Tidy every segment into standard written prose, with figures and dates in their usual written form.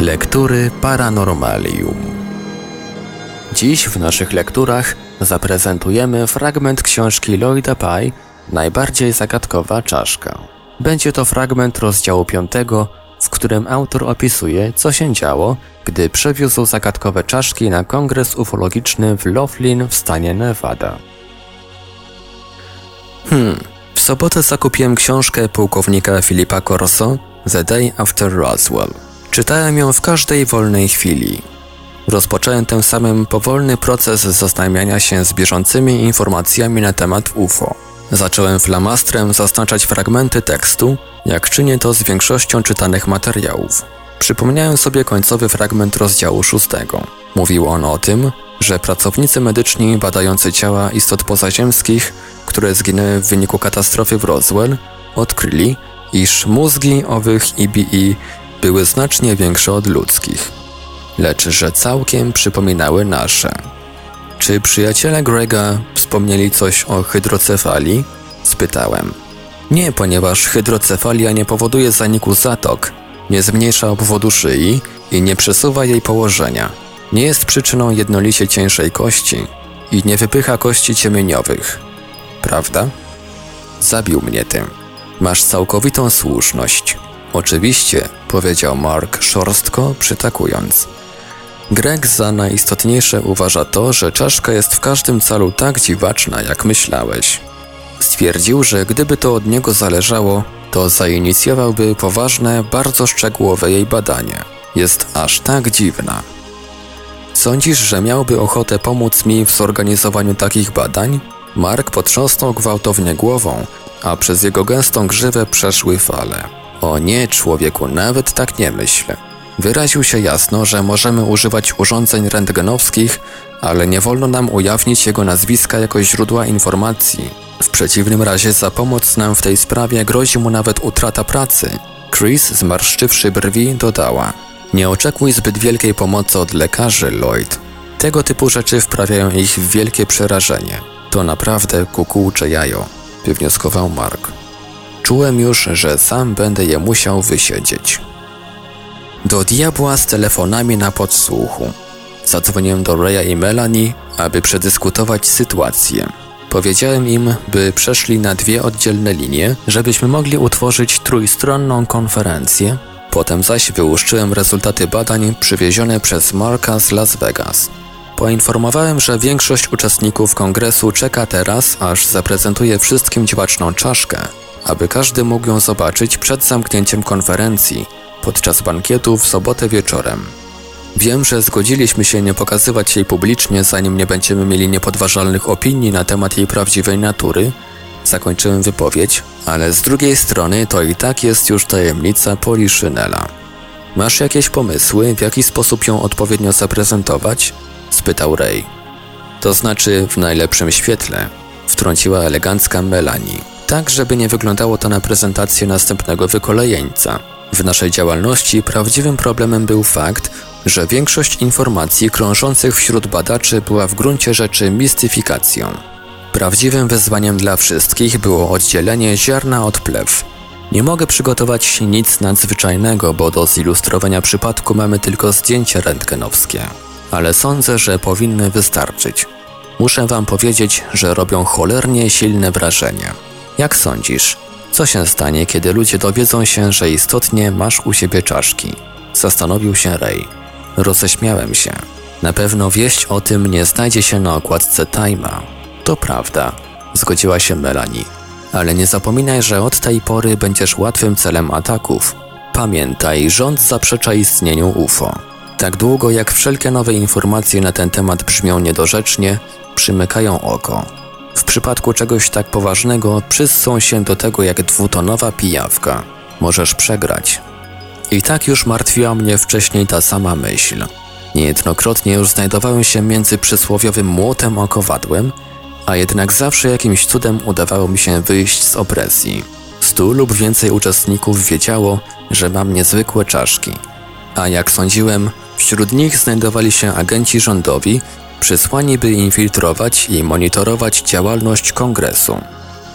Lektury Paranormalium. Dziś w naszych lekturach zaprezentujemy fragment książki Lloyda Pye Najbardziej zagadkowa czaszka. Będzie to fragment rozdziału 5, w którym autor opisuje, co się działo, gdy przewiózł zagadkowe czaszki na kongres ufologiczny w Laughlin w stanie Nevada. W sobotę zakupiłem książkę pułkownika Philippa Corso The Day After Roswell. Czytałem ją w każdej wolnej chwili. Rozpocząłem tym samym powolny proces zaznajamiania się z bieżącymi informacjami na temat UFO. Zacząłem flamastrem zaznaczać fragmenty tekstu, jak czynię to z większością czytanych materiałów. Przypomniałem sobie końcowy fragment rozdziału 6. Mówił on o tym, że pracownicy medyczni badający ciała istot pozaziemskich, które zginęły w wyniku katastrofy w Roswell, odkryli, iż mózgi owych EBE były znacznie większe od ludzkich, lecz że całkiem przypominały nasze. Czy przyjaciele Grega wspomnieli coś o hydrocefalii? Spytałem. Nie, ponieważ hydrocefalia nie powoduje zaniku zatok, nie zmniejsza obwodu szyi i nie przesuwa jej położenia. Nie jest przyczyną jednolicie cieńszej kości i nie wypycha kości ciemieniowych. Prawda? Zabił mnie tym. Masz całkowitą słuszność. Oczywiście, powiedział Mark szorstko, przytakując. Greg za najistotniejsze uważa to, że czaszka jest w każdym calu tak dziwaczna, jak myślałeś. Stwierdził, że gdyby to od niego zależało, to zainicjowałby poważne, bardzo szczegółowe jej badanie. Jest aż tak dziwna. Sądzisz, że miałby ochotę pomóc mi w zorganizowaniu takich badań? Mark potrząsnął gwałtownie głową, a przez jego gęstą grzywę przeszły fale. O nie, człowieku, nawet tak nie myśl. Wyraził się jasno, że możemy używać urządzeń rentgenowskich, ale nie wolno nam ujawnić jego nazwiska jako źródła informacji. W przeciwnym razie za pomoc nam w tej sprawie grozi mu nawet utrata pracy. Chris, zmarszczywszy brwi, dodała. Nie oczekuj zbyt wielkiej pomocy od lekarzy, Lloyd. Tego typu rzeczy wprawiają ich w wielkie przerażenie. To naprawdę kukułcze jajo, wywnioskował Mark. Czułem już, że sam będę je musiał wysiedzieć. Do diabła z telefonami na podsłuchu. Zadzwoniłem do Raya i Melanie, aby przedyskutować sytuację. Powiedziałem im, by przeszli na 2 oddzielne linie, żebyśmy mogli utworzyć trójstronną konferencję. Potem zaś wyłuszczyłem rezultaty badań przywiezione przez Marka z Las Vegas. Poinformowałem, że większość uczestników kongresu czeka teraz, aż zaprezentuje wszystkim dziwaczną czaszkę, aby każdy mógł ją zobaczyć przed zamknięciem konferencji, podczas bankietu w sobotę wieczorem. Wiem, że zgodziliśmy się nie pokazywać jej publicznie, zanim nie będziemy mieli niepodważalnych opinii na temat jej prawdziwej natury. Zakończyłem wypowiedź, ale z drugiej strony to i tak jest już tajemnica Poliszynela. Masz jakieś pomysły, w jaki sposób ją odpowiednio zaprezentować? Spytał Ray. To znaczy w najlepszym świetle, wtrąciła elegancka Melanie. Tak, żeby nie wyglądało to na prezentację następnego wykolejeńca. W naszej działalności prawdziwym problemem był fakt, że większość informacji krążących wśród badaczy była w gruncie rzeczy mistyfikacją. Prawdziwym wyzwaniem dla wszystkich było oddzielenie ziarna od plew. Nie mogę przygotować nic nadzwyczajnego, bo do zilustrowania przypadku mamy tylko zdjęcia rentgenowskie. Ale sądzę, że powinny wystarczyć. Muszę wam powiedzieć, że robią cholernie silne wrażenie. Jak sądzisz, co się stanie, kiedy ludzie dowiedzą się, że istotnie masz u siebie czaszki? Zastanowił się Ray. Roześmiałem się. Na pewno wieść o tym nie znajdzie się na okładce Time'a. To prawda, zgodziła się Melanie. Ale nie zapominaj, że od tej pory będziesz łatwym celem ataków. Pamiętaj, rząd zaprzecza istnieniu UFO. Tak długo jak wszelkie nowe informacje na ten temat brzmią niedorzecznie, przymykają oko. W przypadku czegoś tak poważnego przyssą się do tego jak 2-tonowa pijawka. Możesz przegrać. I tak już martwiła mnie wcześniej ta sama myśl. Niejednokrotnie już znajdowałem się między przysłowiowym młotem a kowadłem, a jednak zawsze jakimś cudem udawało mi się wyjść z opresji. 100 lub więcej uczestników wiedziało, że mam niezwykłe czaszki. A jak sądziłem, wśród nich znajdowali się agenci rządowi, przysłani by infiltrować i monitorować działalność kongresu.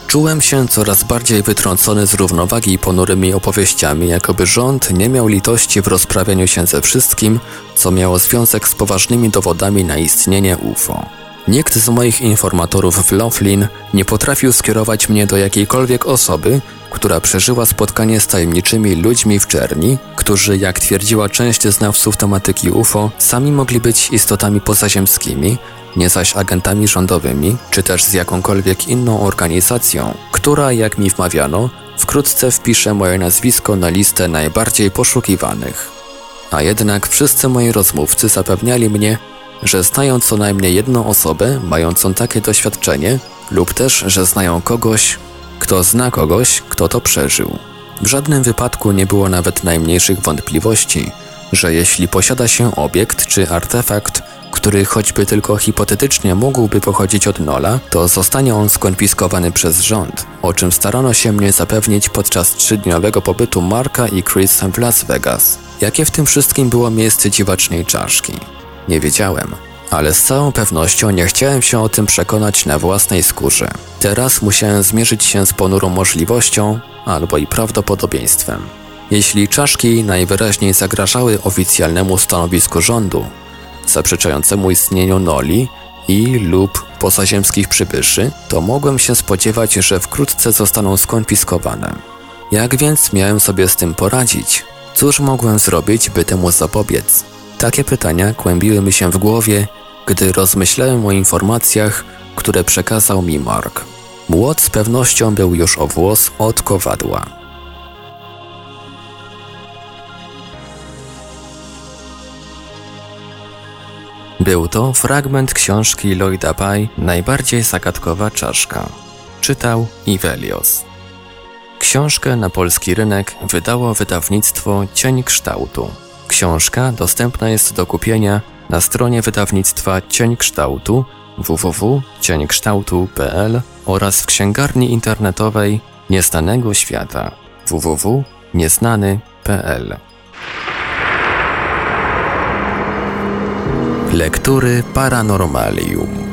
Czułem się coraz bardziej wytrącony z równowagi ponurymi opowieściami, jakoby rząd nie miał litości w rozprawianiu się ze wszystkim, co miało związek z poważnymi dowodami na istnienie UFO. Nikt z moich informatorów w Laughlin nie potrafił skierować mnie do jakiejkolwiek osoby, która przeżyła spotkanie z tajemniczymi ludźmi w czerni, którzy, jak twierdziła część znawców tematyki UFO, sami mogli być istotami pozaziemskimi, nie zaś agentami rządowymi, czy też z jakąkolwiek inną organizacją, która, jak mi wmawiano, wkrótce wpisze moje nazwisko na listę najbardziej poszukiwanych. A jednak wszyscy moi rozmówcy zapewniali mnie, że znają co najmniej jedną osobę mającą takie doświadczenie lub też, że znają kogoś, kto zna kogoś, kto to przeżył. W żadnym wypadku nie było nawet najmniejszych wątpliwości, że jeśli posiada się obiekt czy artefakt, który choćby tylko hipotetycznie mógłby pochodzić od Nola, to zostanie on skonfiskowany przez rząd, o czym starano się mnie zapewnić podczas 3-dniowego pobytu Marka i Chris w Las Vegas. Jakie w tym wszystkim było miejsce dziwacznej czaszki? Nie wiedziałem, ale z całą pewnością nie chciałem się o tym przekonać na własnej skórze. Teraz musiałem zmierzyć się z ponurą możliwością, albo i prawdopodobieństwem. Jeśli czaszki najwyraźniej zagrażały oficjalnemu stanowisku rządu, zaprzeczającemu istnieniu Noli i lub pozaziemskich przybyszy, to mogłem się spodziewać, że wkrótce zostaną skonfiskowane. Jak więc miałem sobie z tym poradzić? Cóż mogłem zrobić, by temu zapobiec? Takie pytania kłębiły mi się w głowie, gdy rozmyślałem o informacjach, które przekazał mi Mark. Młot z pewnością był już o włos od kowadła. Był to fragment książki Lloyda Pye Najbardziej zagadkowa czaszka. Czytał Ivelios. Książkę na polski rynek wydało wydawnictwo Cień Kształtu. Książka dostępna jest do kupienia na stronie wydawnictwa Cień Kształtu www.cieńkształtu.pl oraz w księgarni internetowej Nieznanego Świata www.nieznany.pl. Lektury Paranormalium.